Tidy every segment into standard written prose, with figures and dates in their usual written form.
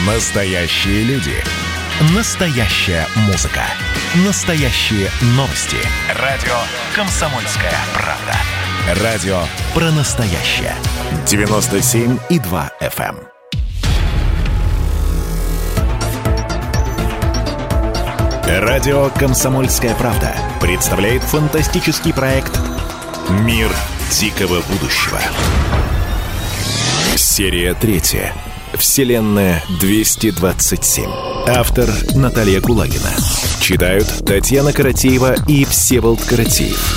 Настоящие люди. Настоящая музыка. Настоящие новости. Радио «Комсомольская правда». Радио про настоящее. 97,2 FM. Радио «Комсомольская правда» представляет фантастический проект «Мир дикого будущего». Серия 3. Вселенная 227. Автор Наталья Кулагина. Читают Татьяна Каратеева и Всеволод Каратеев.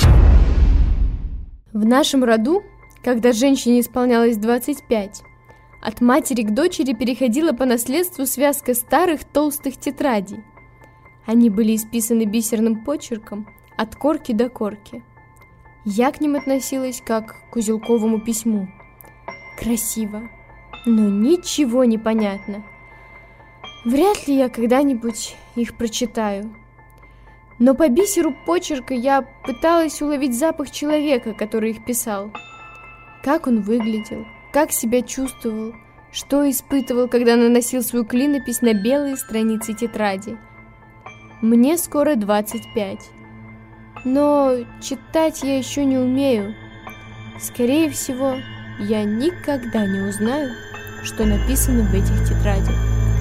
В нашем роду, когда женщине исполнялось 25, от матери к дочери переходила по наследству связка старых толстых тетрадей. Они были исписаны бисерным почерком от корки до корки. Я к ним относилась как к узелковому письму. Красиво, но ничего не понятно. Вряд ли я когда-нибудь их прочитаю. Но по бисеру почерка я пыталась уловить запах человека, который их писал. Как он выглядел, как себя чувствовал, что испытывал, когда наносил свою клинопись на белые страницы тетради. Мне скоро 25. Но читать я еще не умею. Скорее всего, я никогда не узнаю, что написано в этих тетрадях.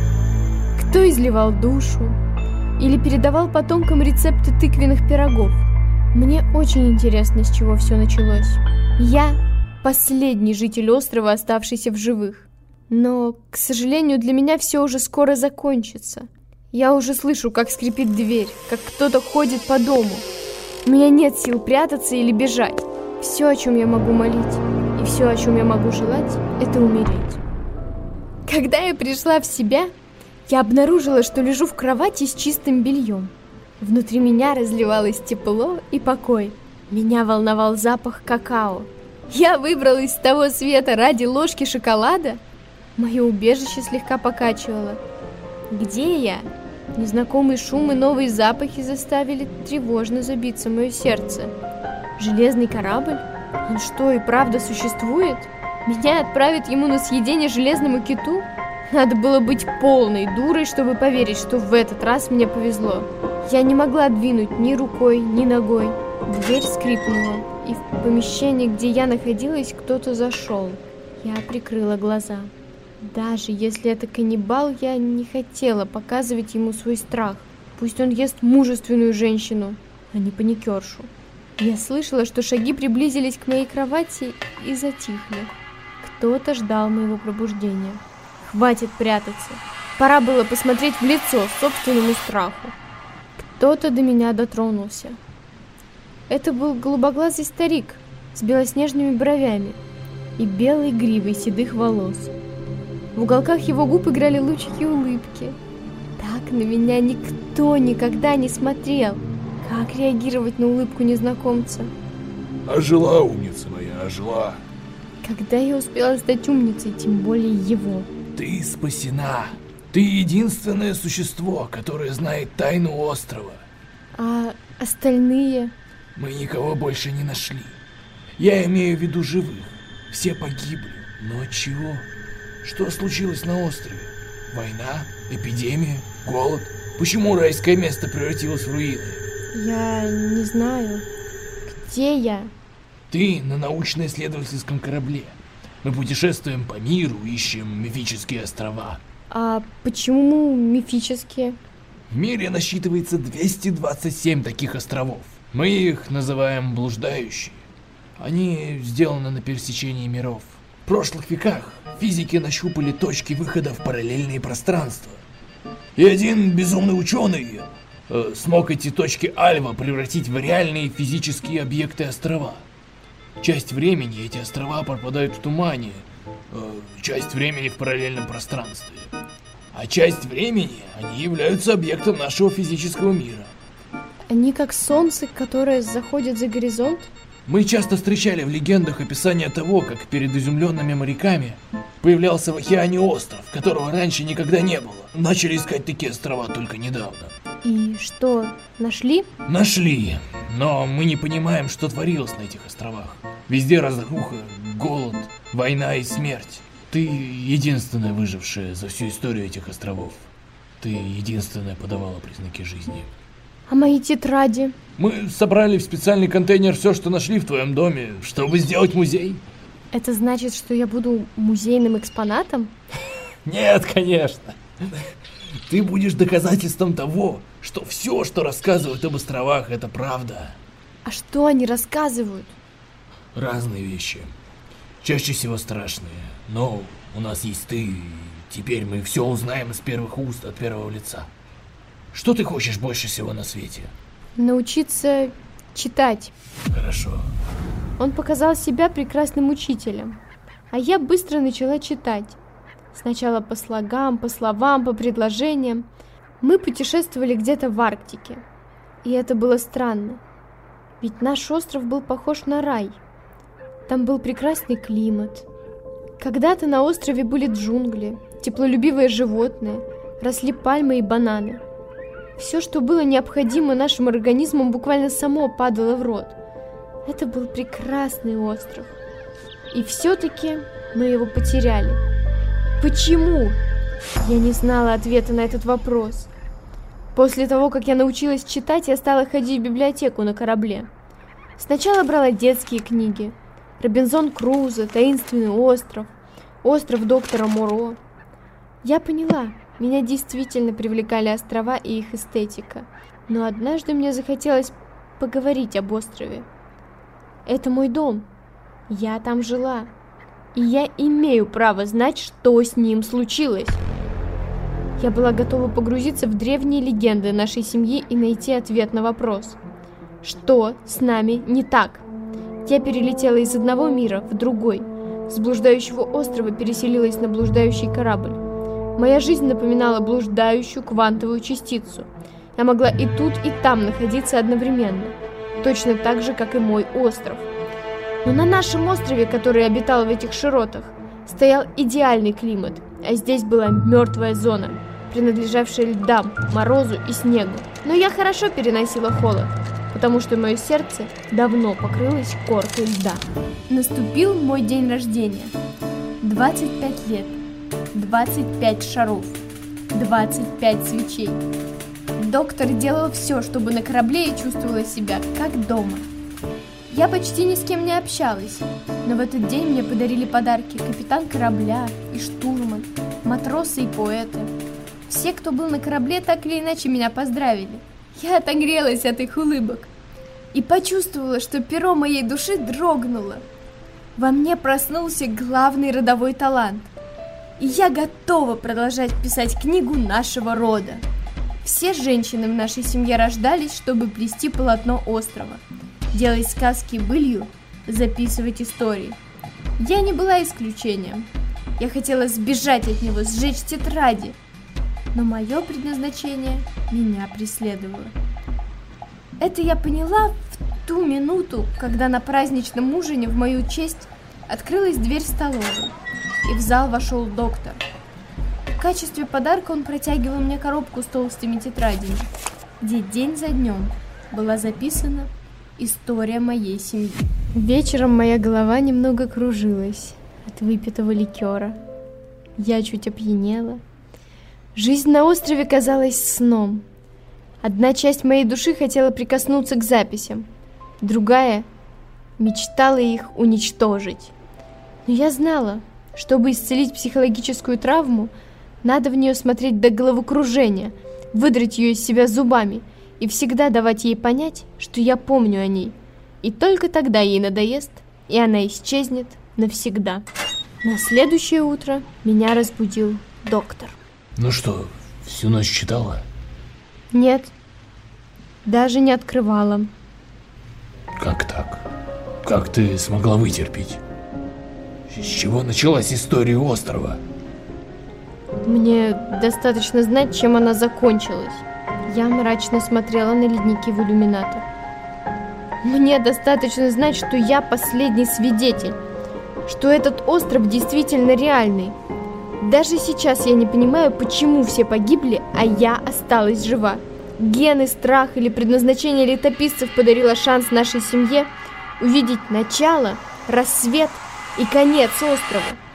Кто изливал душу или передавал потомкам рецепты тыквенных пирогов? Мне очень интересно, с чего все началось. Я последний житель острова, оставшийся в живых. Но, к сожалению, для меня все уже скоро закончится. Я уже слышу, как скрипит дверь, как кто-то ходит по дому. У меня нет сил прятаться или бежать. Все, о чем я могу молить, и все, о чем я могу желать, это умереть. Когда я пришла в себя, я обнаружила, что лежу в кровати с чистым бельем. Внутри меня разливалось тепло и покой. Меня волновал запах какао. Я выбралась с того света ради ложки шоколада. Мое убежище слегка покачивало. Где я? Незнакомые шумы, новые запахи заставили тревожно забиться мое сердце. Железный корабль? Он что, и правда существует? Меня отправят ему на съедение железному киту? Надо было быть полной дурой, чтобы поверить, что в этот раз мне повезло. Я не могла двинуть ни рукой, ни ногой. Дверь скрипнула, и в помещение, где я находилась, кто-то зашел. Я прикрыла глаза. Даже если это каннибал, я не хотела показывать ему свой страх. Пусть он ест мужественную женщину, а не паникершу. Я слышала, что шаги приблизились к моей кровати и затихли. Кто-то ждал моего пробуждения. Хватит прятаться. Пора было посмотреть в лицо собственному страху. Кто-то до меня дотронулся. Это был голубоглазый старик с белоснежными бровями и белой гривой седых волос. В уголках его губ играли лучики улыбки. Так на меня никто никогда не смотрел. Как реагировать на улыбку незнакомца? Ожила, умница моя, ожила. Когда я успела стать умницей, тем более его? Ты спасена. Ты единственное существо, которое знает тайну острова. А остальные? Мы никого больше не нашли. Я имею в виду живых. Все погибли. Но от чего? Что случилось на острове? Война? Эпидемия? Голод? Почему райское место превратилось в руины? Я не знаю. Где я? Ты на научно-исследовательском корабле. Мы путешествуем по миру, ищем мифические острова. А почему мифические? В мире насчитывается 227 таких островов. Мы их называем блуждающие. Они сделаны на пересечении миров. В прошлых веках физики нащупали точки выхода в параллельные пространства. И один безумный ученый смог эти точки Альва превратить в реальные физические объекты острова. Часть времени эти острова пропадают в тумане, часть времени в параллельном пространстве. А часть времени они являются объектом нашего физического мира. Они как солнце, которое заходит за горизонт? Мы часто встречали в легендах описание того, как перед изумленными моряками появлялся в океане остров, которого раньше никогда не было. Начали искать такие острова только недавно. И что, нашли? Нашли, но мы не понимаем, что творилось на этих островах. Везде разруха, голод, война и смерть. Ты единственная выжившая за всю историю этих островов. Ты единственная подавала признаки жизни. А мои тетради? Мы собрали в специальный контейнер все, что нашли в твоем доме, чтобы сделать музей. Это значит, что я буду музейным экспонатом? Нет, конечно. Ты будешь доказательством того, что все, что рассказывают об островах, это правда. А что они рассказывают? Разные вещи. Чаще всего страшные. Но у нас есть ты, и теперь мы все узнаем из первых уст, от первого лица. Что ты хочешь больше всего на свете? Научиться читать. Хорошо. Он показал себя прекрасным учителем, а я быстро начала читать. Сначала по слогам, по словам, по предложениям. Мы путешествовали где-то в Арктике, и это было странно. Ведь наш остров был похож на рай. Там был прекрасный климат. Когда-то на острове были джунгли, теплолюбивые животные, росли пальмы и бананы. Все, что было необходимо нашим организмам, буквально само падало в рот. Это был прекрасный остров. И все-таки мы его потеряли. Почему? Я не знала ответа на этот вопрос. После того, как я научилась читать, я стала ходить в библиотеку на корабле. Сначала брала детские книги. Робинзон Крузо, Таинственный остров, Остров доктора Моро. Я поняла, меня действительно привлекали острова и их эстетика. Но однажды мне захотелось поговорить об острове. Это мой дом. Я там жила. И я имею право знать, что с ним случилось. Я была готова погрузиться в древние легенды нашей семьи и найти ответ на вопрос. Что с нами не так? Я перелетела из одного мира в другой. С блуждающего острова переселилась на блуждающий корабль. Моя жизнь напоминала блуждающую квантовую частицу. Я могла и тут, и там находиться одновременно. Точно так же, как и мой остров. Но на нашем острове, который обитал в этих широтах, стоял идеальный климат, а здесь была мертвая зона, принадлежавшая льдам, морозу и снегу. Но я хорошо переносила холод, потому что мое сердце давно покрылось коркой льда. Наступил мой день рождения. 25 лет, 25 шаров, 25 свечей. Доктор делал все, чтобы на корабле я чувствовала себя как дома. Я почти ни с кем не общалась, но в этот день мне подарили подарки капитан корабля и штурман, матросы и поэты. Все, кто был на корабле, так или иначе меня поздравили. Я отогрелась от их улыбок и почувствовала, что перо моей души дрогнуло. Во мне проснулся главный родовой талант, и я готова продолжать писать книгу нашего рода. Все женщины в нашей семье рождались, чтобы плести полотно острова, делать сказки былью, записывать истории. Я не была исключением. Я хотела сбежать от него, сжечь тетради. Но мое предназначение меня преследовало. Это я поняла в ту минуту, когда на праздничном ужине в мою честь открылась дверь столовой, и в зал вошел доктор. В качестве подарка он протягивал мне коробку с толстыми тетрадями, где день за днем была записана история моей семьи. Вечером моя голова немного кружилась от выпитого ликера. Я чуть опьянела. Жизнь на острове казалась сном. Одна часть моей души хотела прикоснуться к записям, другая мечтала их уничтожить. Но я знала, чтобы исцелить психологическую травму, надо в нее смотреть до головокружения, выдрать ее из себя зубами и всегда давать ей понять, что я помню о ней. И только тогда ей надоест, и она исчезнет навсегда. На следующее утро меня разбудил доктор. Ну что, всю ночь читала? Нет, даже не открывала. Как так? Как ты смогла вытерпеть? С чего началась история острова? Мне достаточно знать, чем она закончилась. Я мрачно смотрела на ледники в иллюминатор. Мне достаточно знать, что я последний свидетель, что этот остров действительно реальный. Даже сейчас я не понимаю, почему все погибли, а я осталась жива. Гены, страх или предназначение летописцев подарило шанс нашей семье увидеть начало, рассвет и конец острова.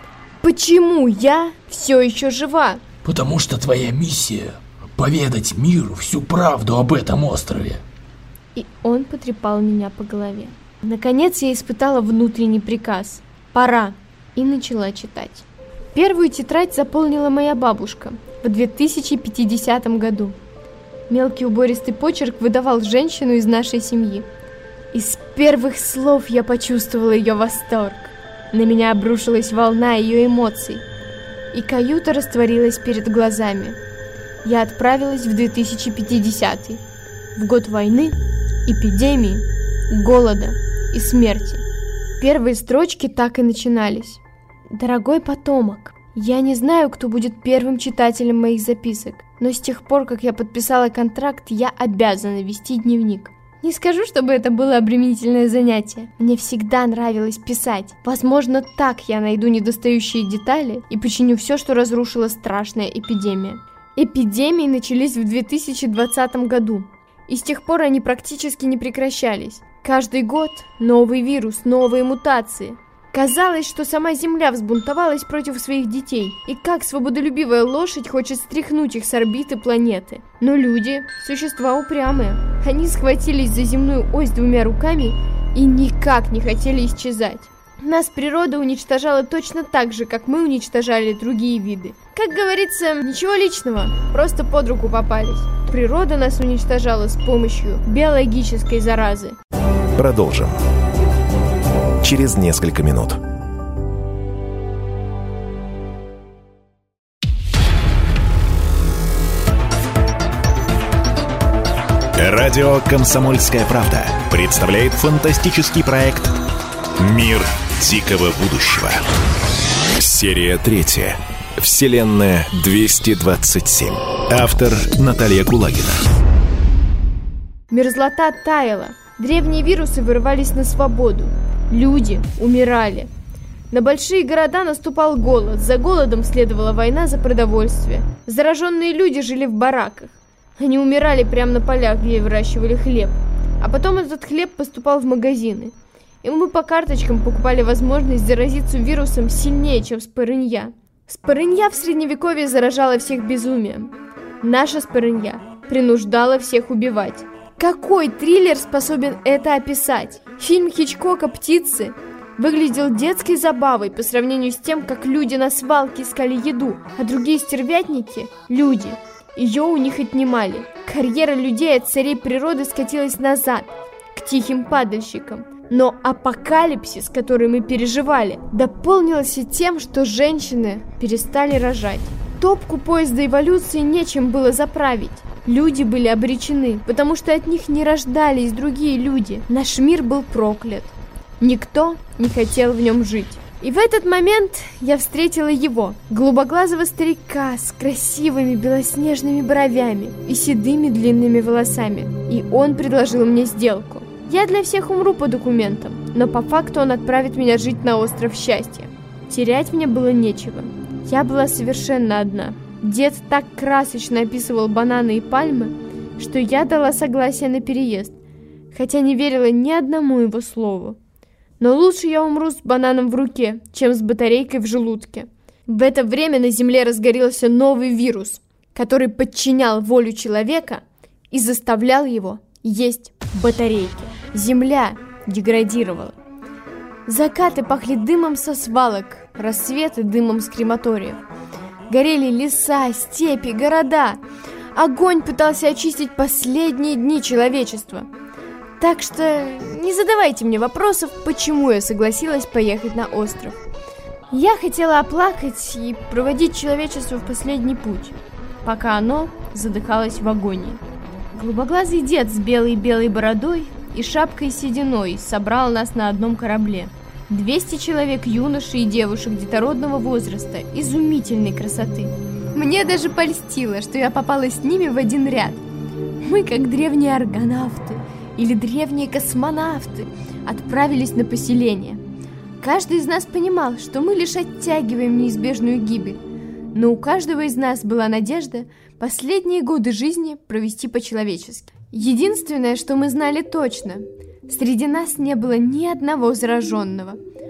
Почему я все еще жива? Потому что твоя миссия — поведать миру всю правду об этом острове. И он потрепал меня по голове. Наконец я испытала внутренний приказ. Пора. И начала читать. Первую тетрадь заполнила моя бабушка в 2050 году. Мелкий убористый почерк выдавал женщину из нашей семьи. Из первых слов я почувствовала ее восторг. На меня обрушилась волна ее эмоций, и каюта растворилась перед глазами. Я отправилась в 2050-й, в год войны, эпидемии, голода и смерти. Первые строчки так и начинались. «Дорогой потомок, я не знаю, кто будет первым читателем моих записок, но с тех пор, как я подписала контракт, я обязана вести дневник. Не скажу, чтобы это было обременительное занятие. Мне всегда нравилось писать. Возможно, так я найду недостающие детали и починю все, что разрушила страшная эпидемия». Эпидемии начались в 2020 году, и с тех пор они практически не прекращались. Каждый год новый вирус, новые мутации. Казалось, что сама Земля взбунтовалась против своих детей, и как свободолюбивая лошадь хочет стряхнуть их с орбиты планеты. Но люди – существа упрямые. Они схватились за земную ось двумя руками и никак не хотели исчезать. Нас природа уничтожала точно так же, как мы уничтожали другие виды. Как говорится, ничего личного, просто под руку попались. Природа нас уничтожала с помощью биологической заразы. Продолжим. Через несколько минут. Радио «Комсомольская правда» представляет фантастический проект «Мир дикого будущего». Серия 3. Вселенная 227. Автор Наталья Кулагина. Мерзлота таяла. Древние вирусы вырывались на свободу. Люди умирали. На большие города наступал голод. За голодом следовала война за продовольствие. Зараженные люди жили в бараках. Они умирали прямо на полях, где выращивали хлеб. А потом этот хлеб поступал в магазины. И мы по карточкам покупали возможность заразиться вирусом сильнее, чем спорынья. Спорынья в средневековье заражала всех безумием. Наша спорынья принуждала всех убивать. Какой триллер способен это описать? Фильм Хичкока «Птицы» выглядел детской забавой по сравнению с тем, как люди на свалке искали еду, а другие стервятники – люди. Ее у них отнимали. Карьера людей от царей природы скатилась назад, к тихим падальщикам. Но апокалипсис, который мы переживали, дополнился тем, что женщины перестали рожать. Топку поезда эволюции нечем было заправить. Люди были обречены, потому что от них не рождались другие люди. Наш мир был проклят. Никто не хотел в нем жить. И в этот момент я встретила его, голубоглазого старика с красивыми белоснежными бровями и седыми длинными волосами. И он предложил мне сделку. Я для всех умру по документам, но по факту он отправит меня жить на остров счастья. Терять мне было нечего. Я была совершенно одна. Дед так красочно описывал бананы и пальмы, что я дала согласие на переезд, хотя не верила ни одному его слову. Но лучше я умру с бананом в руке, чем с батарейкой в желудке. В это время на Земле разгорелся новый вирус, который подчинял волю человека и заставлял его есть батарейки. Земля деградировала. Закаты пахли дымом со свалок, рассветы дымом с крематориев. Горели леса, степи, города. Огонь пытался очистить последние дни человечества. Так что не задавайте мне вопросов, почему я согласилась поехать на остров. Я хотела оплакать и проводить человечество в последний путь, пока оно задыхалось в агонии. Голубоглазый дед с белой-белой бородой и шапкой сединой собрал нас на одном корабле. 200 человек, юношей и девушек детородного возраста, изумительной красоты. Мне даже польстило, что я попала с ними в один ряд. Мы, как древние аргонавты или древние космонавты, отправились на поселение. Каждый из нас понимал, что мы лишь оттягиваем неизбежную гибель, но у каждого из нас была надежда последние годы жизни провести по-человечески. Единственное, что мы знали точно – среди нас не было ни одного зараженного.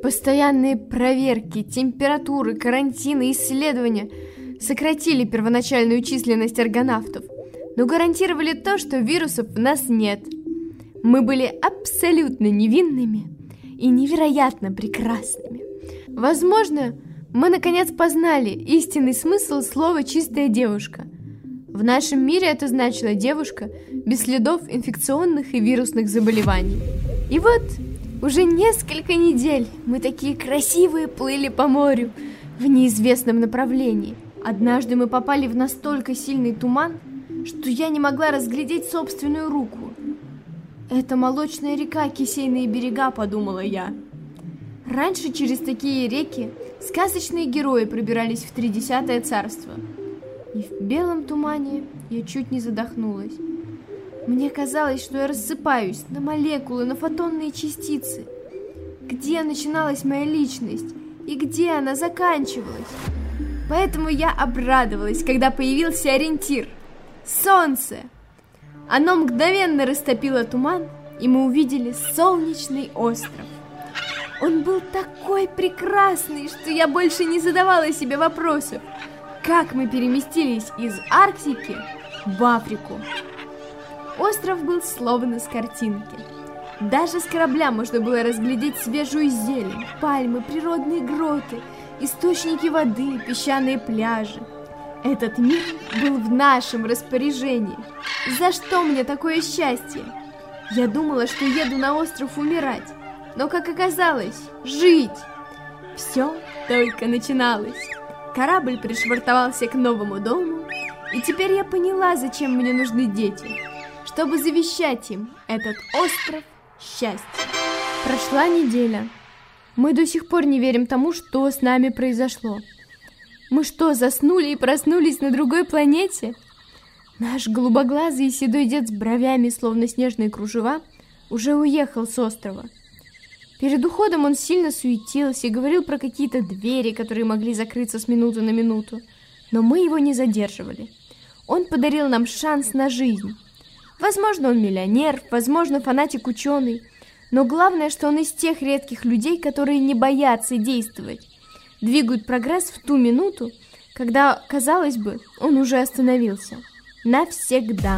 Постоянные проверки, температуры, карантины, исследования сократили первоначальную численность аргонавтов, но гарантировали то, что вирусов в нас нет. Мы были абсолютно невинными и невероятно прекрасными. Возможно, мы наконец познали истинный смысл слова «чистая девушка». В нашем мире это значило девушка без следов инфекционных и вирусных заболеваний. И вот уже несколько недель мы такие красивые плыли по морю в неизвестном направлении. Однажды мы попали в настолько сильный туман, что я не могла разглядеть собственную руку. «Это молочная река, кисейные берега», — подумала я. Раньше через такие реки сказочные герои пробирались в Тридесятое царство. И в белом тумане я чуть не задохнулась. Мне казалось, что я рассыпаюсь на молекулы, на фотонные частицы. Где начиналась моя личность и где она заканчивалась? Поэтому я обрадовалась, когда появился ориентир — солнце. Оно мгновенно растопило туман, и мы увидели солнечный остров. Он был такой прекрасный, что я больше не задавала себе вопросов, как мы переместились из Арктики в Африку. Остров был словно с картинки. Даже с корабля можно было разглядеть свежую зелень, пальмы, природные гроты, источники воды, песчаные пляжи. Этот мир был в нашем распоряжении. За что мне такое счастье? Я думала, что еду на остров умирать, но, как оказалось, жить. Все только начиналось. Корабль пришвартовался к новому дому, и теперь я поняла, зачем мне нужны дети. Чтобы завещать им этот остров счастья. Прошла неделя. Мы до сих пор не верим тому, что с нами произошло. Мы что, заснули и проснулись на другой планете? Наш голубоглазый и седой дед с бровями, словно снежные кружева, уже уехал с острова. Перед уходом он сильно суетился и говорил про какие-то двери, которые могли закрыться с минуты на минуту. Но мы его не задерживали. Он подарил нам шанс на жизнь. Возможно, он миллионер, возможно, фанатик-ученый, но главное, что он из тех редких людей, которые не боятся действовать, двигают прогресс в ту минуту, когда, казалось бы, он уже остановился. Навсегда.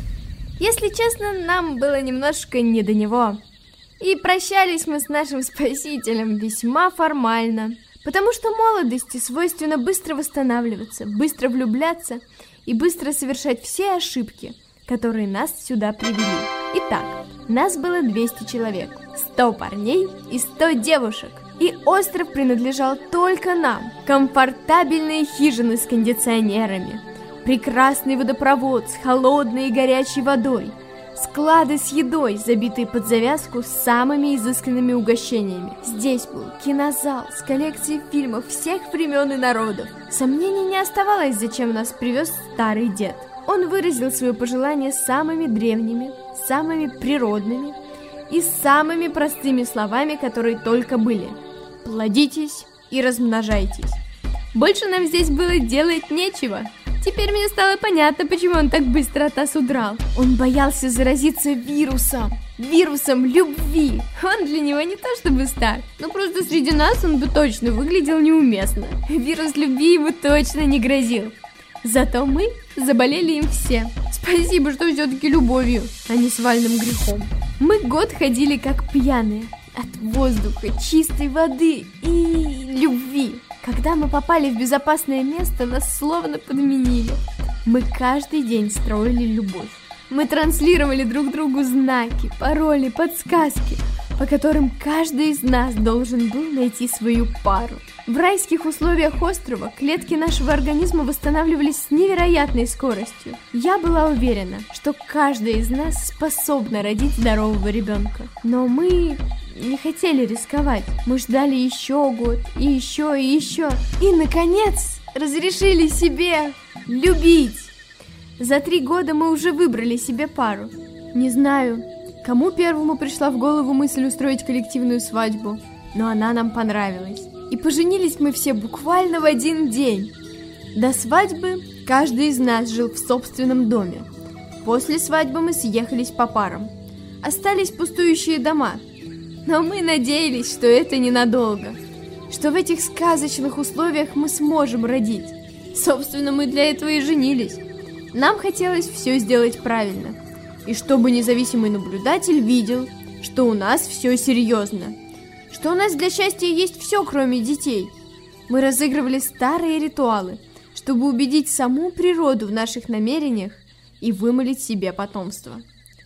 Если честно, нам было немножко не до него. И прощались мы с нашим спасителем весьма формально, потому что молодости свойственно быстро восстанавливаться, быстро влюбляться и быстро совершать все ошибки, которые нас сюда привели. Итак, нас было 200 человек, 100 парней и 100 девушек. И остров принадлежал только нам. Комфортабельные хижины с кондиционерами, прекрасный водопровод с холодной и горячей водой, склады с едой, забитые под завязку с самыми изысканными угощениями. Здесь был кинозал с коллекцией фильмов всех времен и народов. Сомнений не оставалось, зачем нас привез старый дед. Он выразил свое пожелание самыми древними, самыми природными и самыми простыми словами, которые только были. Плодитесь и размножайтесь. Больше нам здесь было делать нечего. Теперь мне стало понятно, почему он так быстро от нас удрал. Он боялся заразиться вирусом любви. Он для него не то чтобы стар, но просто среди нас он бы точно выглядел неуместно. Вирус любви ему точно не грозил. Зато мы заболели им все. Спасибо, что все-таки любовью, а не свальным грехом. Мы год ходили как пьяные от воздуха, чистой воды и любви. Когда мы попали в безопасное место, нас словно подменили. Мы каждый день строили любовь. Мы транслировали друг другу знаки, пароли, подсказки, по которым каждый из нас должен был найти свою пару. В райских условиях острова клетки нашего организма восстанавливались с невероятной скоростью. Я была уверена, что каждая из нас способна родить здорового ребенка. Но мы не хотели рисковать. Мы ждали еще год, и еще, и еще. И, наконец, разрешили себе любить. За 3 года мы уже выбрали себе пару. Не знаю, кому первому пришла в голову мысль устроить коллективную свадьбу, но она нам понравилась. И поженились мы все буквально в 1 день. До свадьбы каждый из нас жил в собственном доме. После свадьбы мы съехались по парам. Остались пустующие дома. Но мы надеялись, что это ненадолго, что в этих сказочных условиях мы сможем родить. Собственно, мы для этого и женились. Нам хотелось все сделать правильно, и чтобы независимый наблюдатель видел, что у нас все серьезно, что у нас для счастья есть все, кроме детей. Мы разыгрывали старые ритуалы, чтобы убедить саму природу в наших намерениях и вымолить себе потомство.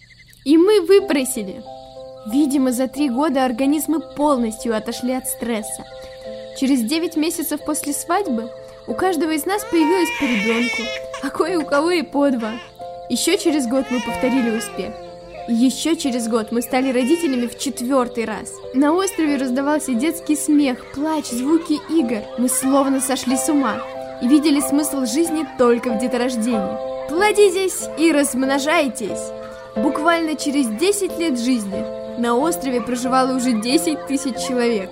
И мы выпросили. Видимо, за 3 года организмы полностью отошли от стресса. Через 9 месяцев после свадьбы у каждого из нас появилось по ребенку, а кое у кого и по 2. Еще через год мы повторили успех. И еще через год мы стали родителями в 4-й раз. На острове раздавался детский смех, плач, звуки игр. Мы словно сошли с ума и видели смысл жизни только в деторождении. Плодитесь и размножайтесь! Буквально через 10 лет жизни на острове проживало уже 10 тысяч человек.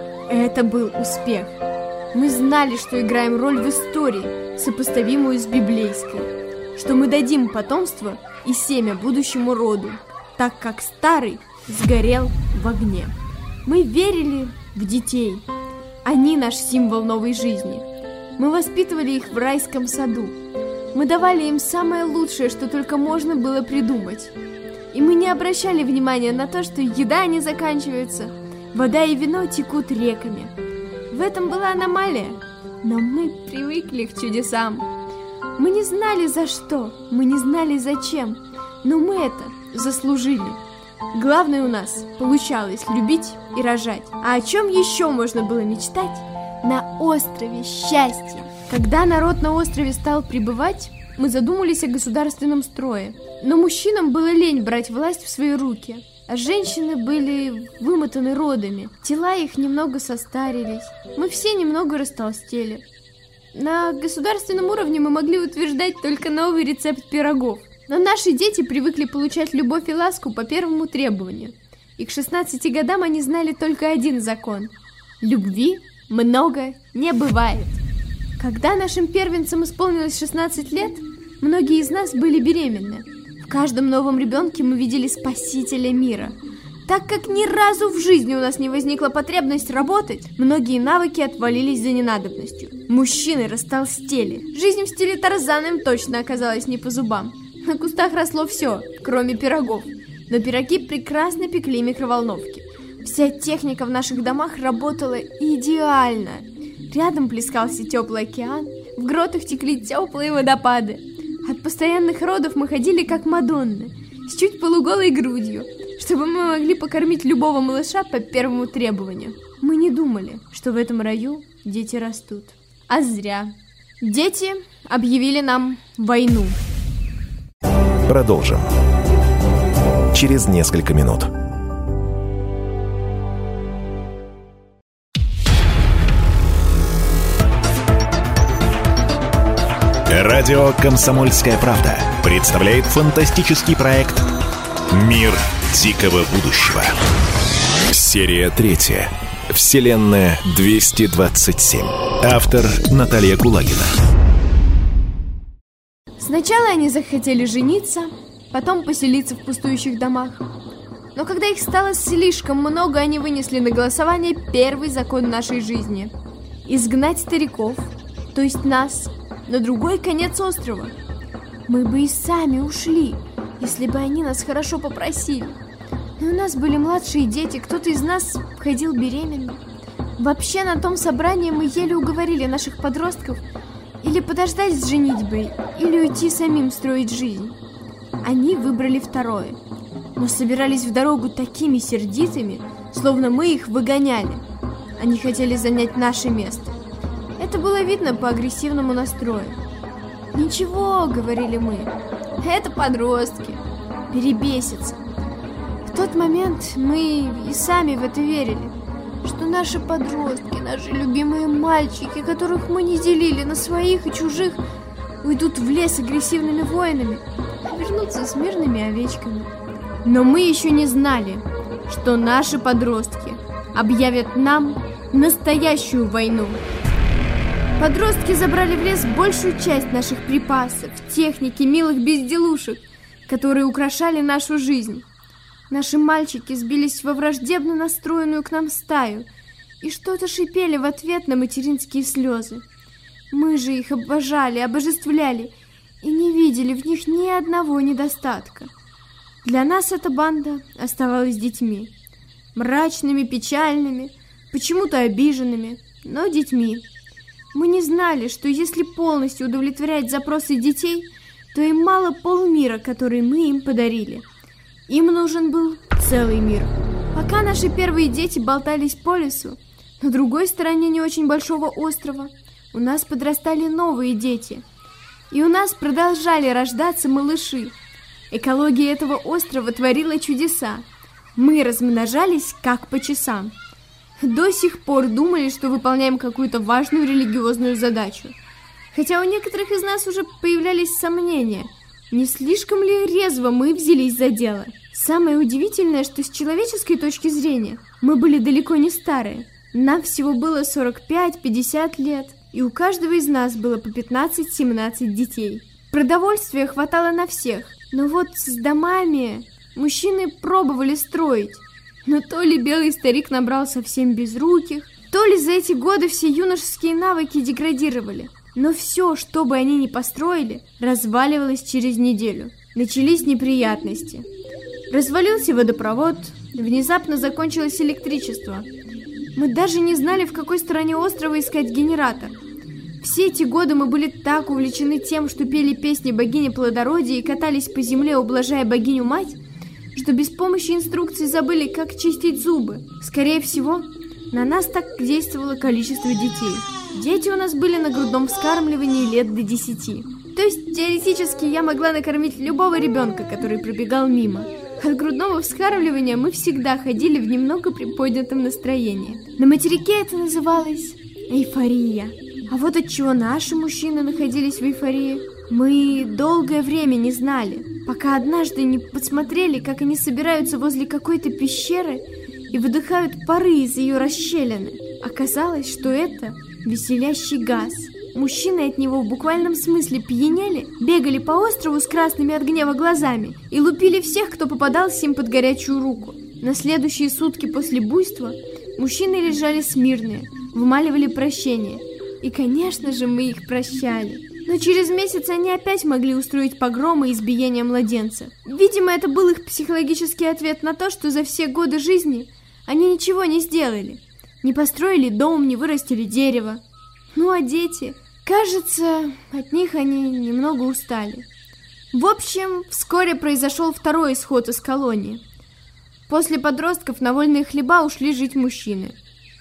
Это был успех. Мы знали, что играем роль в истории, сопоставимую с библейской, что мы дадим потомство и семя будущему роду, так как старый сгорел в огне. Мы верили в детей. Они наш символ новой жизни. Мы воспитывали их в райском саду. Мы давали им самое лучшее, что только можно было придумать. И мы не обращали внимания на то, что еда не заканчивается, вода и вино текут реками. В этом была аномалия, но мы привыкли к чудесам. Мы не знали за что, мы не знали зачем, но мы это заслужили. Главное у нас получалось любить и рожать. А о чем еще можно было мечтать на острове счастья? Когда народ на острове стал прибывать, мы задумались о государственном строе. Но мужчинам было лень брать власть в свои руки, а женщины были вымотаны родами. Тела их немного состарились, мы все немного растолстели. На государственном уровне мы могли утверждать только новый рецепт пирогов. Но наши дети привыкли получать любовь и ласку по первому требованию. И к 16 годам они знали только один закон: любви много не бывает. Когда нашим первенцам исполнилось 16 лет, многие из нас были беременны. В каждом новом ребенке мы видели спасителя мира. Так как ни разу в жизни у нас не возникла потребность работать, многие навыки отвалились за ненадобностью. Мужчины растолстели. Жизнь в стиле Тарзана им точно оказалась не по зубам. На кустах росло все, кроме пирогов. Но пироги прекрасно пекли микроволновки. Вся техника в наших домах работала идеально. Рядом плескался теплый океан, в гротах текли теплые водопады. От постоянных родов мы ходили как Мадонны, с чуть полуголой грудью, чтобы мы могли покормить любого малыша по первому требованию. Мы не думали, что в этом раю дети растут. А зря. Дети объявили нам войну. Продолжим. Через несколько минут. Радио «Комсомольская правда» представляет фантастический проект «Мир дикого будущего». Серия 3. Вселенная 227. Автор Наталья Кулагина. Сначала они захотели жениться, потом поселиться в пустующих домах. Но когда их стало слишком много, они вынесли на голосование первый закон нашей жизни: изгнать стариков, то есть нас, на другой конец острова. Мы бы и сами ушли, если бы они нас хорошо попросили. Но у нас были младшие дети, кто-то из нас ходил беременным. Вообще, на том собрании мы еле уговорили наших подростков или подождать с женитьбой, или уйти самим строить жизнь. Они выбрали второе, но собирались в дорогу такими сердитыми, словно мы их выгоняли. Они хотели занять наше место. Это было видно по агрессивному настрою. «Ничего», — говорили мы, — «это подростки, перебесятся». В тот момент мы и сами в это верили, что наши подростки, наши любимые мальчики, которых мы не делили на своих и чужих, уйдут в лес агрессивными воинами, а вернутся с мирными овечками. Но мы еще не знали, что наши подростки объявят нам настоящую войну. Подростки забрали в лес большую часть наших припасов, техники, милых безделушек, которые украшали нашу жизнь. Наши мальчики сбились во враждебно настроенную к нам стаю и что-то шипели в ответ на материнские слезы. Мы же их обожали, обожествляли и не видели в них ни одного недостатка. Для нас эта банда оставалась детьми. Мрачными, печальными, почему-то обиженными, но детьми. Мы не знали, что если полностью удовлетворять запросы детей, то им мало полмира, который мы им подарили. Им нужен был целый мир. Пока наши первые дети болтались по лесу, на другой стороне не очень большого острова у нас подрастали новые дети. И у нас продолжали рождаться малыши. Экология этого острова творила чудеса. Мы размножались как по часам. До сих пор думали, что выполняем какую-то важную религиозную задачу. Хотя у некоторых из нас уже появлялись сомнения, не слишком ли резво мы взялись за дело. Самое удивительное, что с человеческой точки зрения мы были далеко не старые. Нам всего было 45-50 лет, и у каждого из нас было по 15-17 детей. Продовольствия хватало на всех, но вот с домами мужчины пробовали строить. Но то ли белый старик набрал совсем безруких, то ли за эти годы все юношеские навыки деградировали. Но все, что бы они ни построили, разваливалось через неделю. Начались неприятности. Развалился водопровод, внезапно закончилось электричество. Мы даже не знали, в какой стороне острова искать генератор. Все эти годы мы были так увлечены тем, что пели песни богини плодородия и катались по земле, ублажая богиню-мать, что без помощи инструкций забыли, как чистить зубы. Скорее всего, на нас так действовало количество детей. Дети у нас были на грудном вскармливании лет до 10. То есть, теоретически, я могла накормить любого ребенка, который пробегал мимо. От грудного вскармливания мы всегда ходили в немного приподнятом настроении. На материке это называлось эйфория. А вот от чего наши мужчины находились в эйфории, мы долгое время не знали, пока однажды не подсмотрели, как они собираются возле какой-то пещеры и выдыхают пары из ее расщелины. Оказалось, что это веселящий газ. Мужчины от него в буквальном смысле пьянели, бегали по острову с красными от гнева глазами и лупили всех, кто попадался им под горячую руку. На следующие сутки после буйства мужчины лежали смирные, вымаливали прощение. И, конечно же, мы их прощали. Но через месяц они опять могли устроить погромы и избиение младенца. Видимо, это был их психологический ответ на то, что за все годы жизни они ничего не сделали. Не построили дом, не вырастили дерево. Ну а дети, кажется, от них они немного устали. В общем, вскоре произошел второй исход из колонии. После подростков на вольные хлеба ушли жить мужчины.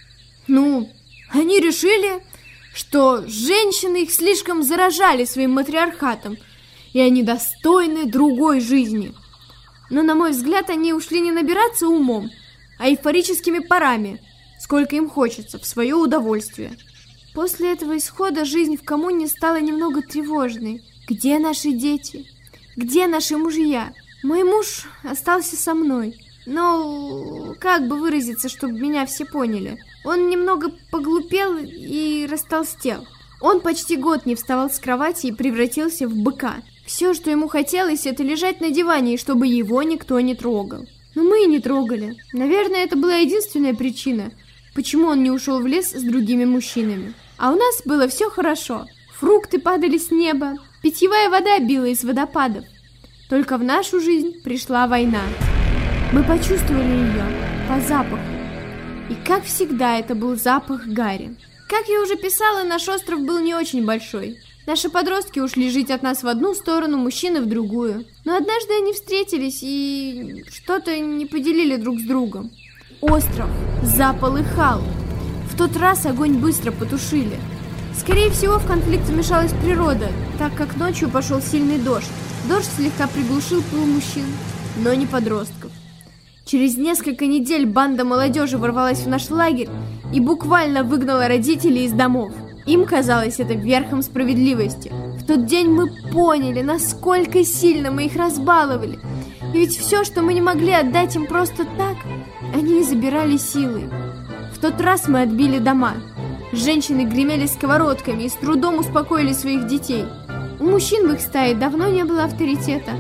Они решили, что женщины их слишком заражали своим матриархатом, и они достойны другой жизни. Но, на мой взгляд, они ушли не набираться умом, а эйфорическими парами, сколько им хочется, в свое удовольствие. После этого исхода жизнь в коммуне стала немного тревожной. Где наши дети? Где наши мужья? Мой муж остался со мной. Но как бы выразиться, чтобы меня все поняли? Он немного поглупел и растолстел. Он почти год не вставал с кровати и превратился в быка. Все, что ему хотелось, это лежать на диване, и чтобы его никто не трогал. Но мы и не трогали. Наверное, это была единственная причина, почему он не ушел в лес с другими мужчинами. А у нас было все хорошо. Фрукты падали с неба, питьевая вода била из водопадов. Только в нашу жизнь пришла война. Мы почувствовали ее по запаху. И, как всегда, это был запах гари. Как я уже писала, наш остров был не очень большой. Наши подростки ушли жить от нас в одну сторону, мужчины в другую. Но однажды они встретились и что-то не поделили друг с другом. Остров заполыхал. В тот раз огонь быстро потушили. Скорее всего, в конфликт вмешалась природа, так как ночью пошел сильный дождь. Дождь слегка приглушил пыл мужчин, но не подростков. Через несколько недель банда молодежи ворвалась в наш лагерь и буквально выгнала родителей из домов. Им казалось это верхом справедливости. В тот день мы поняли, насколько сильно мы их разбаловали. И ведь все, что мы не могли отдать им просто так, они забирали силой. В тот раз мы отбили дома. Женщины гремели сковородками и с трудом успокоили своих детей. У мужчин в их стае давно не было авторитета.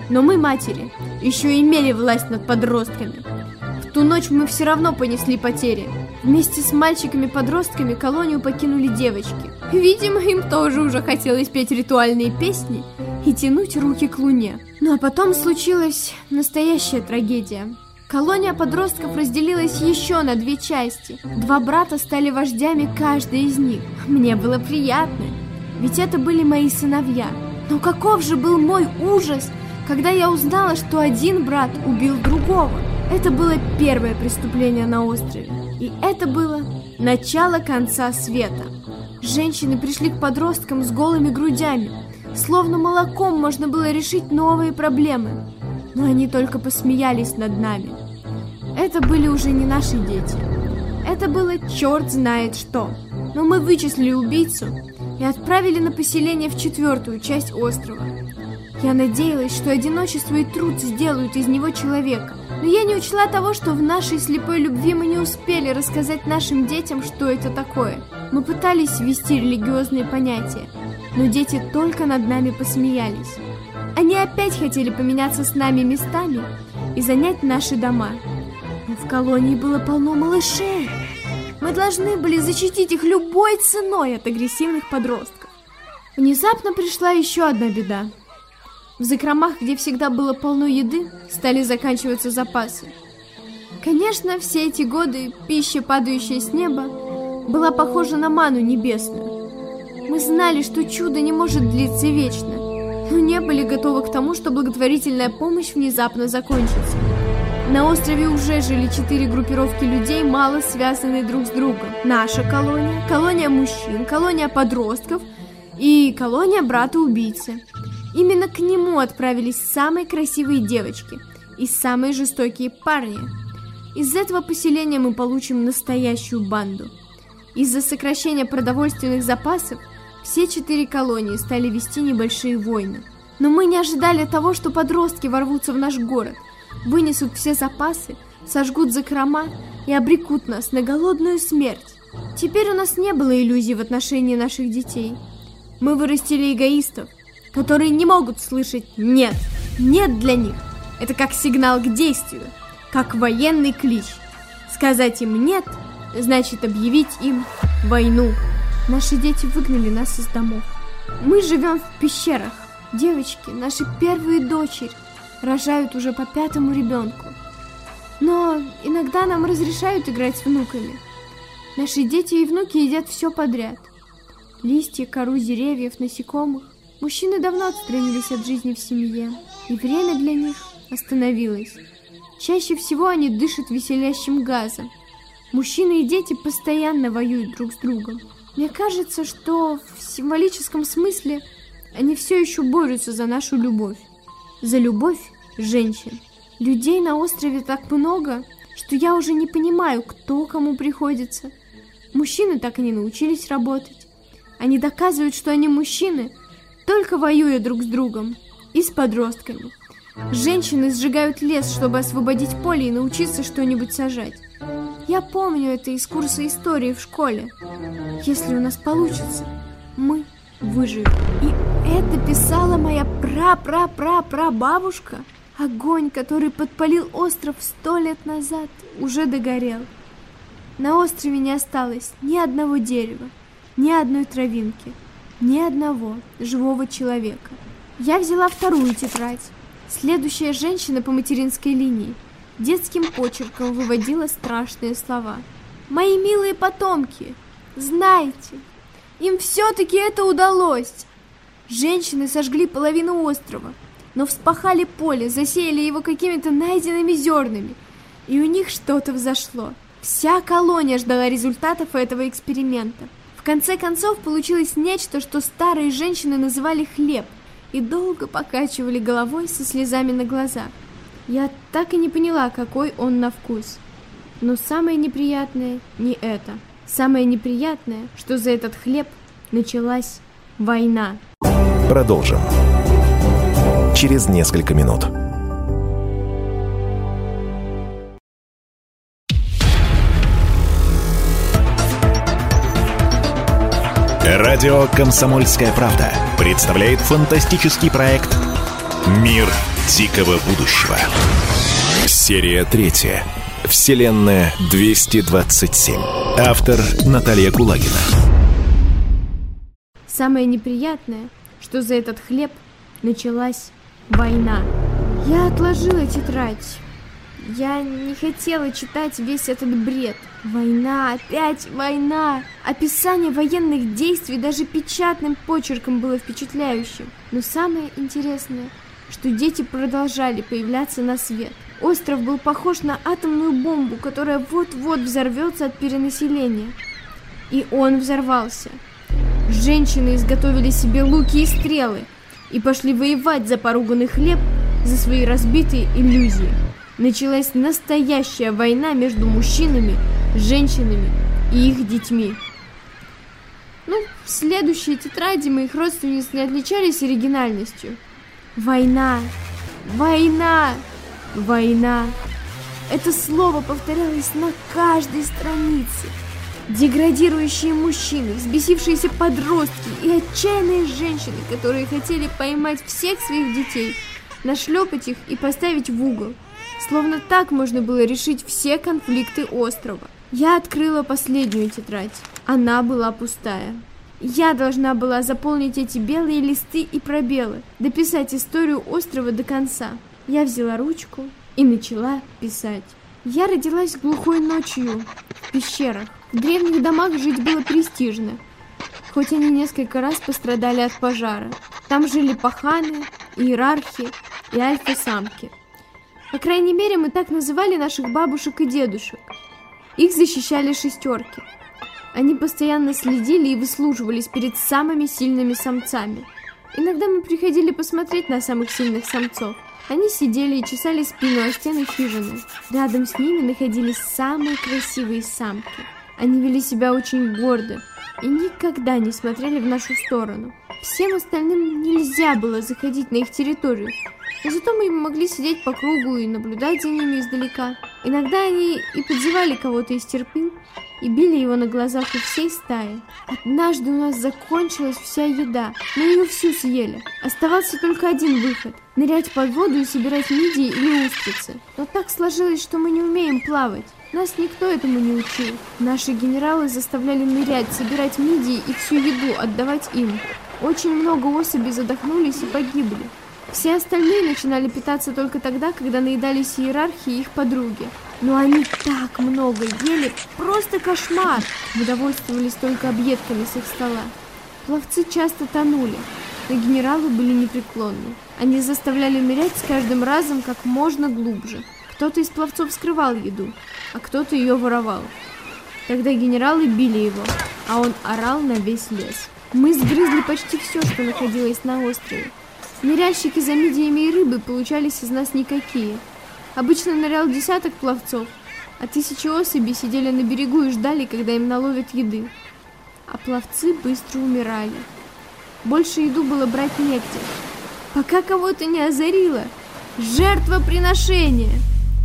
Но мы, матери, еще имели власть над подростками. В ту ночь мы все равно понесли потери. Вместе с мальчиками-подростками колонию покинули девочки. Видимо, им тоже уже хотелось петь ритуальные песни и тянуть руки к луне. Ну а потом случилась настоящая трагедия. Колония подростков разделилась еще на 2 части. 2 брата стали вождями каждой из них. Мне было приятно, ведь это были мои сыновья. Но каков же был мой ужас, когда я узнала, что один брат убил другого. Это было первое преступление на острове. И это было начало конца света. Женщины пришли к подросткам с голыми грудями. Словно молоком можно было решить новые проблемы. Но они только посмеялись над нами. Это были уже не наши дети. Это было черт знает что. Но мы вычислили убийцу и отправили на поселение в 4-ю часть острова. Я надеялась, что одиночество и труд сделают из него человека. Но я не учла того, что в нашей слепой любви мы не успели рассказать нашим детям, что это такое. Мы пытались ввести религиозные понятия, но дети только над нами посмеялись. Они опять хотели поменяться с нами местами и занять наши дома. Но в колонии было полно малышей. Мы должны были защитить их любой ценой от агрессивных подростков. Внезапно пришла еще одна беда. В закромах, где всегда было полно еды, стали заканчиваться запасы. Конечно, все эти годы пища, падающая с неба, была похожа на ману небесную. Мы знали, что чудо не может длиться вечно, но не были готовы к тому, что благотворительная помощь внезапно закончится. На острове уже жили 4 группировки людей, мало связанные друг с другом. Наша колония, колония мужчин, колония подростков и колония брата-убийцы. Именно к нему отправились самые красивые девочки и самые жестокие парни. Из этого поселения мы получим настоящую банду. Из-за сокращения продовольственных запасов все 4 колонии стали вести небольшие войны. Но мы не ожидали того, что подростки ворвутся в наш город, вынесут все запасы, сожгут закрома и обрекут нас на голодную смерть. Теперь у нас не было иллюзий в отношении наших детей. Мы вырастили эгоистов, которые не могут слышать «нет». «Нет» для них – это как сигнал к действию, как военный клич. Сказать им «нет» – значит объявить им войну. Наши дети выгнали нас из домов. Мы живем в пещерах. Девочки, наши первые дочери, рожают уже по 5-му ребенку. Но иногда нам разрешают играть с внуками. Наши дети и внуки едят все подряд. Листья, кору деревьев, насекомых. Мужчины давно отстранились от жизни в семье, и время для них остановилось. Чаще всего они дышат веселящим газом. Мужчины и дети постоянно воюют друг с другом. Мне кажется, что в символическом смысле они все еще борются за нашу любовь. За любовь женщин. Людей на острове так много, что я уже не понимаю, кто кому приходится. Мужчины так и не научились работать. Они доказывают, что они мужчины, только воюя друг с другом и с подростками. Женщины сжигают лес, чтобы освободить поле и научиться что-нибудь сажать. Я помню это из курса истории в школе. Если у нас получится, мы выживем. И это писала моя пра-пра-пра-пра-бабушка. Огонь, который подпалил остров 100 лет назад, уже догорел. На острове не осталось ни одного дерева, ни одной травинки, ни одного живого человека. Я взяла 2-ю тетрадь. Следующая женщина по материнской линии детским почерком выводила страшные слова. «Мои милые потомки, знайте, им все-таки это удалось!» Женщины сожгли половину острова, но вспахали поле, засеяли его какими-то найденными зернами, и у них что-то взошло. Вся колония ждала результатов этого эксперимента. В конце концов получилось нечто, что старые женщины называли хлеб, и долго покачивали головой со слезами на глазах. Я так и не поняла, какой он на вкус. Но самое неприятное не это. Самое неприятное, что за этот хлеб началась война. Продолжим. Через несколько минут. Радио «Комсомольская правда» представляет фантастический проект «Мир дикого будущего. Серия 3. Вселенная 227. Автор Наталья Кулагина. Самое неприятное, что за этот хлеб началась война. Я отложила тетрадь. Я не хотела читать весь этот бред. Война, опять война. Описание военных действий даже печатным почерком было впечатляющим. Но самое интересное, что дети продолжали появляться на свет. Остров был похож на атомную бомбу, которая вот-вот взорвется от перенаселения. И он взорвался. Женщины изготовили себе луки и стрелы и пошли воевать за поруганный хлеб, за свои разбитые иллюзии. Началась настоящая война между мужчинами, женщинами и их детьми. Следующие тетради моих родственниц не отличались оригинальностью. Война, война, война. Это слово повторялось на каждой странице. Деградирующие мужчины, взбесившиеся подростки и отчаянные женщины, которые хотели поймать всех своих детей, нашлепать их и поставить в угол. Словно так можно было решить все конфликты острова. Я открыла последнюю тетрадь. Она была пустая. Я должна была заполнить эти белые листы и пробелы, дописать историю острова до конца. Я взяла ручку и начала писать. Я родилась глухой ночью в пещерах. В древних домах жить было престижно, хоть они несколько раз пострадали от пожара. Там жили паханы, иерархи и альфа-самки. По крайней мере, мы так называли наших бабушек и дедушек. Их защищали шестерки. Они постоянно следили и выслуживались перед самыми сильными самцами. Иногда мы приходили посмотреть на самых сильных самцов. Они сидели и чесали спину о стены хижины. Рядом с ними находились самые красивые самки. Они вели себя очень гордо и никогда не смотрели в нашу сторону. Всем остальным нельзя было заходить на их территорию, но зато мы могли сидеть по кругу и наблюдать за ними издалека. Иногда они и подзывали кого-то из терпин и били его на глазах у всей стаи. Однажды у нас закончилась вся еда, мы ее всю съели. Оставался только один выход – нырять под воду и собирать мидии или устрицы. Но так сложилось, что мы не умеем плавать. Нас никто этому не учил. Наши генералы заставляли нырять, собирать мидии и всю еду отдавать им. Очень много особей задохнулись и погибли. Все остальные начинали питаться только тогда, когда наедались иерархи и их подруги. Но они так много ели, просто кошмар! Мы довольствовались только объедками с их стола. Пловцы часто тонули, но генералы были непреклонны. Они заставляли нырять с каждым разом как можно глубже. Кто-то из пловцов скрывал еду, а кто-то ее воровал. Тогда генералы били его, а он орал на весь лес. Мы сгрызли почти все, что находилось на острове. Ныряльщики за мидиями и рыбой получались из нас никакие. Обычно нырял десяток пловцов, а 1000 особей сидели на берегу и ждали, когда им наловят еды. А пловцы быстро умирали. Больше еду было брать негде, пока кого-то не озарило. Жертвоприношение!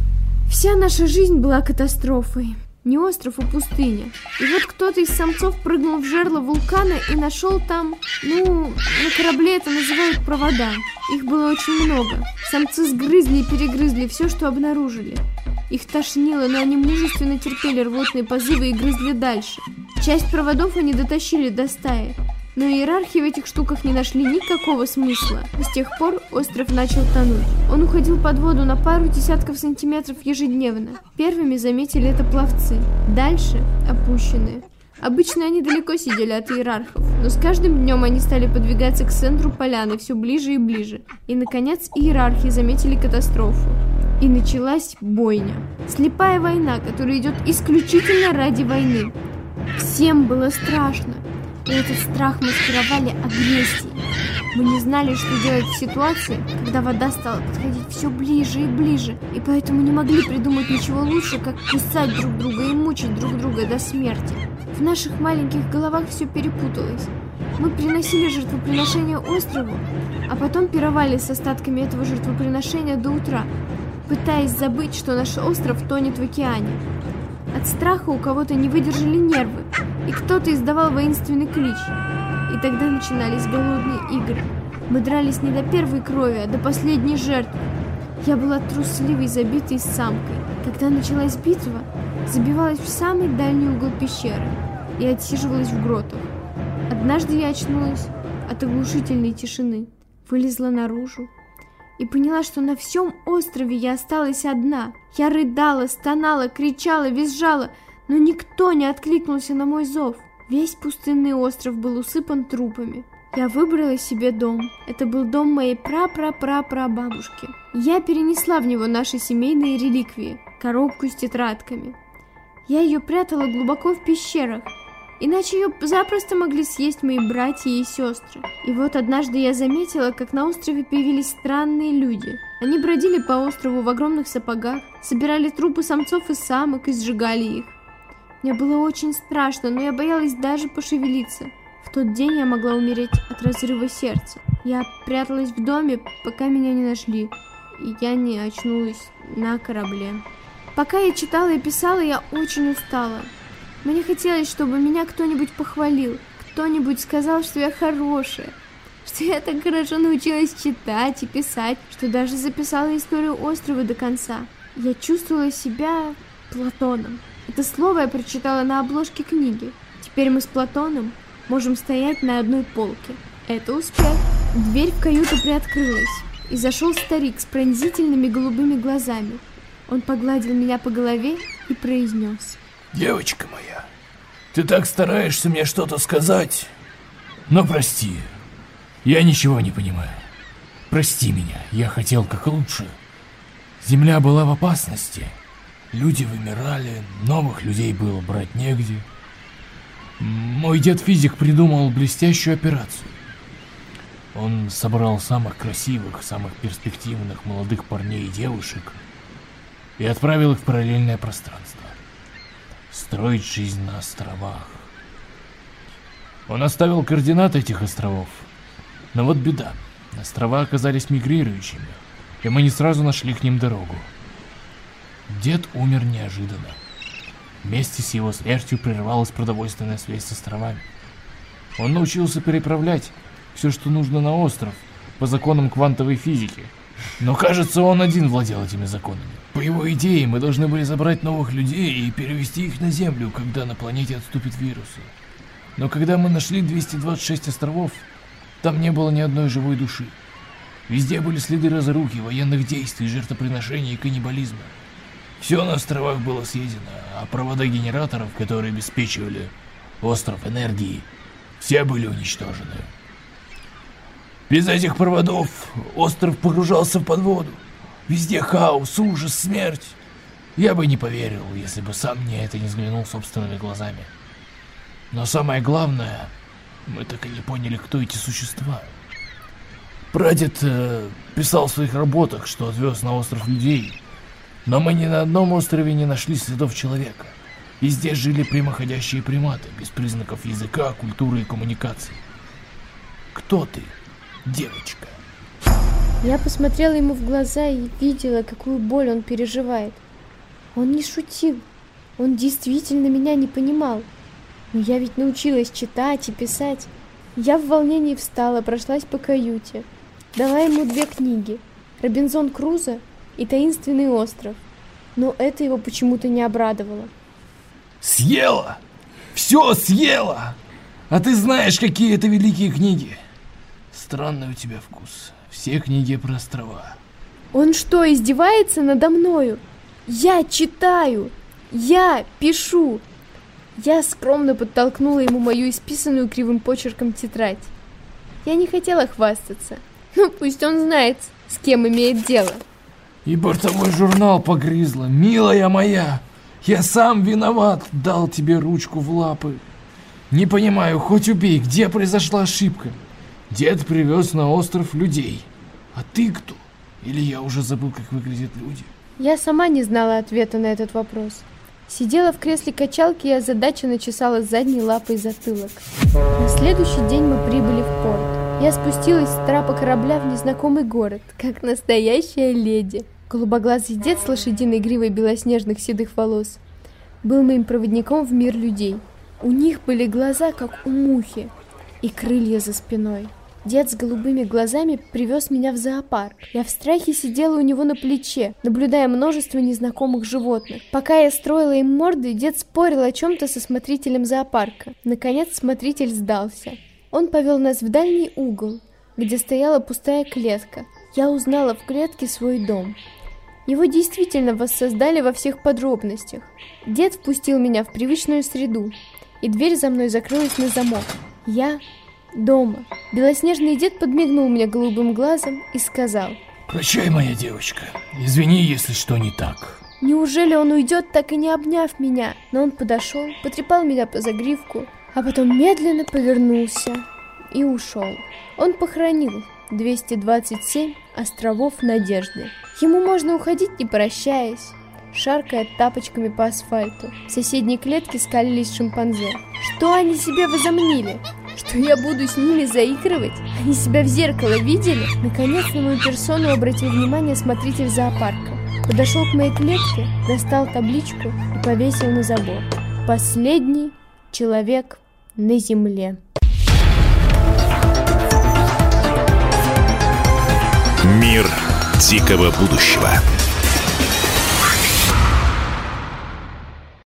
Вся наша жизнь была катастрофой. Не остров, а пустыня. И вот кто-то из самцов прыгнул в жерло вулкана и нашел там, на корабле это называют провода. Их было очень много. Самцы сгрызли и перегрызли все, что обнаружили. Их тошнило, но они мужественно терпели рвотные позывы и грызли дальше. Часть проводов они дотащили до стаи. Но иерархи в этих штуках не нашли никакого смысла. И с тех пор остров начал тонуть. Он уходил под воду на пару десятков сантиметров ежедневно. Первыми заметили это пловцы. Дальше – опущенные. Обычно они далеко сидели от иерархов, но с каждым днем они стали подвигаться к центру поляны все ближе и ближе. И, наконец, иерархи заметили катастрофу. И началась бойня. Слепая война, которая идет исключительно ради войны. Всем было страшно. И этот страх маскировали агрессией. Мы не знали, что делать в ситуации, когда вода стала подходить все ближе и ближе, и поэтому не могли придумать ничего лучше, как кусать друг друга и мучить друг друга до смерти. В наших маленьких головах все перепуталось. Мы приносили жертвоприношение острову, а потом пировали с остатками этого жертвоприношения до утра, пытаясь забыть, что наш остров тонет в океане. От страха у кого-то не выдержали нервы, и кто-то издавал воинственный клич. И тогда начинались голодные игры. Мы дрались не до первой крови, а до последней жертвы. Я была трусливой, забитой самкой. Когда началась битва, забивалась в самый дальний угол пещеры и отсиживалась в гротах. Однажды я очнулась от оглушительной тишины, вылезла наружу и поняла, что на всем острове я осталась одна. Я рыдала, стонала, кричала, визжала, но никто не откликнулся на мой зов. Весь пустынный остров был усыпан трупами. Я выбрала себе дом. Это был дом моей пра-пра-пра-прабабушки. Я перенесла в него наши семейные реликвии, коробку с тетрадками. Я ее прятала глубоко в пещерах, иначе ее запросто могли съесть мои братья и сестры. И вот однажды я заметила, как на острове появились странные люди. Они бродили по острову в огромных сапогах, собирали трупы самцов и самок и сжигали их. Мне было очень страшно, но я боялась даже пошевелиться. В тот день я могла умереть от разрыва сердца. Я пряталась в доме, пока меня не нашли, и я не очнулась на корабле. Пока я читала и писала, я очень устала. Мне хотелось, чтобы меня кто-нибудь похвалил, кто-нибудь сказал, что я хорошая, что я так хорошо научилась читать и писать, что даже записала историю острова до конца. Я чувствовала себя Платоном. Это слово я прочитала на обложке книги. Теперь мы с Платоном можем стоять на одной полке. Это успех. Дверь в каюту приоткрылась, и зашел старик с пронзительными голубыми глазами. Он погладил меня по голове и произнес: «Девочка моя, ты так стараешься мне что-то сказать, но прости, я ничего не понимаю. Прости меня, я хотел как лучше. Земля была в опасности, люди вымирали, новых людей было брать негде. Мой дед-физик придумал блестящую операцию. Он собрал самых красивых, самых перспективных молодых парней и девушек и отправил их в параллельное пространство. Строить жизнь на островах. Он оставил координаты этих островов. Но вот беда. Острова оказались мигрирующими, и мы не сразу нашли к ним дорогу. Дед умер неожиданно. Вместе с его смертью прервалась продовольственная связь с островами. Он научился переправлять все, что нужно на остров, по законам квантовой физики. Но кажется, он один владел этими законами. По его идее, мы должны были забрать новых людей и перевести их на Землю, когда на планете отступят вирусы. Но когда мы нашли 226 островов, там не было ни одной живой души. Везде были следы разрухи, военных действий, жертвоприношений и каннибализма. Все на островах было съедено, а провода генераторов, которые обеспечивали остров энергией, все были уничтожены. Без этих проводов остров погружался в подводу. Везде хаос, ужас, смерть. Я бы не поверил, если бы сам мне это не взглянул собственными глазами. Но самое главное, мы так и не поняли, кто эти существа. Прадед писал в своих работах, что отвез на остров людей, но мы ни на одном острове не нашли следов человека. Везде жили прямоходящие приматы, без признаков языка, культуры и коммуникаций. Кто ты, девочка? Я посмотрела ему в глаза и видела, какую боль он переживает. Он не шутил, он действительно меня не понимал. Но я ведь научилась читать и писать. Я в волнении встала, прошлась по каюте. Дала ему 2 книги: «Робинзон Крузо» и «Таинственный остров». Но это его почему-то не обрадовало. Съела! Все съела! А ты знаешь, какие это великие книги. Странный у тебя вкус. Все книги про острова. Он что, издевается надо мною? Я читаю! Я пишу! Я скромно подтолкнула ему мою исписанную кривым почерком тетрадь. Я не хотела хвастаться. Ну, пусть он знает, с кем имеет дело. И бортовой журнал погрызла. Милая моя, я сам виноват, дал тебе ручку в лапы. Не понимаю, хоть убей, где произошла ошибка? Дед привез на остров людей. А ты кто? Или я уже забыл, как выглядят люди? Я сама не знала ответа на этот вопрос. Сидела в кресле качалки и озадаченно чесала задней лапой затылок. На следующий день мы прибыли в порт. Я спустилась с трапа корабля в незнакомый город, как настоящая леди. Голубоглазый дед с лошадиной гривой белоснежных седых волос был моим проводником в мир людей. У них были глаза, как у мухи, и крылья за спиной. Дед с голубыми глазами привез меня в зоопарк. Я в страхе сидела у него на плече, наблюдая множество незнакомых животных. Пока я строила им морды, дед спорил о чем-то со смотрителем зоопарка. Наконец смотритель сдался. Он повел нас в дальний угол, где стояла пустая клетка. Я узнала в клетке свой дом. Его действительно воссоздали во всех подробностях. Дед впустил меня в привычную среду, и дверь за мной закрылась на замок. Я дома. Белоснежный дед подмигнул мне голубым глазом и сказал: «Прощай, моя девочка. Извини, если что не так». Неужели он уйдет, так и не обняв меня? Но он подошел, потрепал меня по загривку, а потом медленно повернулся и ушел. Он похоронил 227 островов надежды. Ему можно уходить, не прощаясь, шаркая тапочками по асфальту. В соседней клетке скалились шимпанзе. Что они себе возомнили? Что я буду с ними заигрывать? Они себя в зеркало видели? Наконец на мою персону обратил внимание смотритель зоопарка. Подошел к моей клетке, достал табличку и повесил на забор: «Последний человек на земле». Мир дикого будущего.